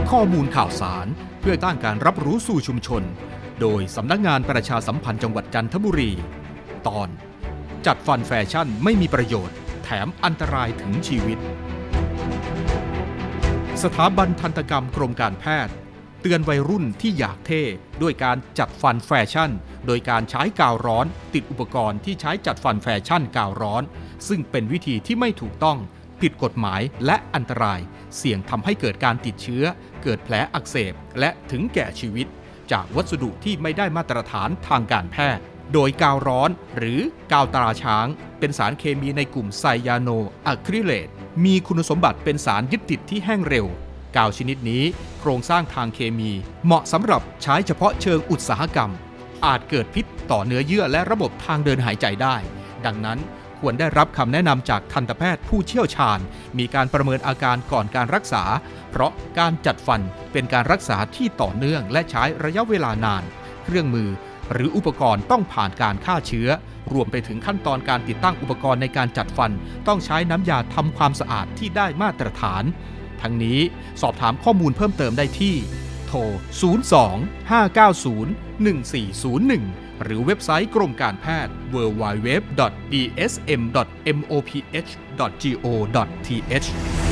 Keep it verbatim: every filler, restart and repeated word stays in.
ข้อมูลข่าวสารเพื่อต้านการรับรู้สู่ชุมชนโดยสำนักงานประชาสัมพันธ์จังหวัดจันทบุรีตอนจัดฟันแฟชั่นไม่มีประโยชน์แถมอันตรายถึงชีวิตสถาบันทันตกรรมกรมการแพทย์เตือนวัยรุ่นที่อยากเท่ด้วยการจัดฟันแฟชั่นโดยการใช้กาวร้อนติดอุปกรณ์ที่ใช้จัดฟันแฟชั่นกาวร้อนซึ่งเป็นวิธีที่ไม่ถูกต้องผิดกฎหมายและอันตรายเสี่ยงทำให้เกิดการติดเชื้อเกิดแผลอักเสบและถึงแก่ชีวิตจากวัสดุที่ไม่ได้มาตรฐานทางการแพทย์โดยกาวร้อนหรือกาวตราช้างเป็นสารเคมีในกลุ่มไซยาโนอะคริเลตมีคุณสมบัติเป็นสารยึดติดที่แห้งเร็วกาวชนิดนี้โครงสร้างทางเคมีเหมาะสำหรับใช้เฉพาะเชิงอุตสาหกรรมอาจเกิดพิษต่อเนื้อเยื่อและระบบทางเดินหายใจได้ดังนั้นควรได้รับคำแนะนำจากทันตแพทย์ผู้เชี่ยวชาญมีการประเมินอาการก่อนการรักษาเพราะการจัดฟันเป็นการรักษาที่ต่อเนื่องและใช้ระยะเวลานานเครื่องมือหรืออุปกรณ์ต้องผ่านการฆ่าเชื้อรวมไปถึงขั้นตอนการติดตั้งอุปกรณ์ในการจัดฟันต้องใช้น้ำยาทำความสะอาดที่ได้มาตรฐานทั้งนี้สอบถามข้อมูลเพิ่มเติมได้ที่โทรศูนย์ สอง ห้า เก้า ศูนย์ หนึ่ง สี่ ศูนย์ หนึ่งหรือเว็บไซต์กรมการแพทย์ ดับเบิลยู ดับเบิลยู ดับเบิลยู ดอท ดี เอส เอ็ม ดอท เอ็ม โอ พี เอช ดอท จี โอ ดอท ที เอช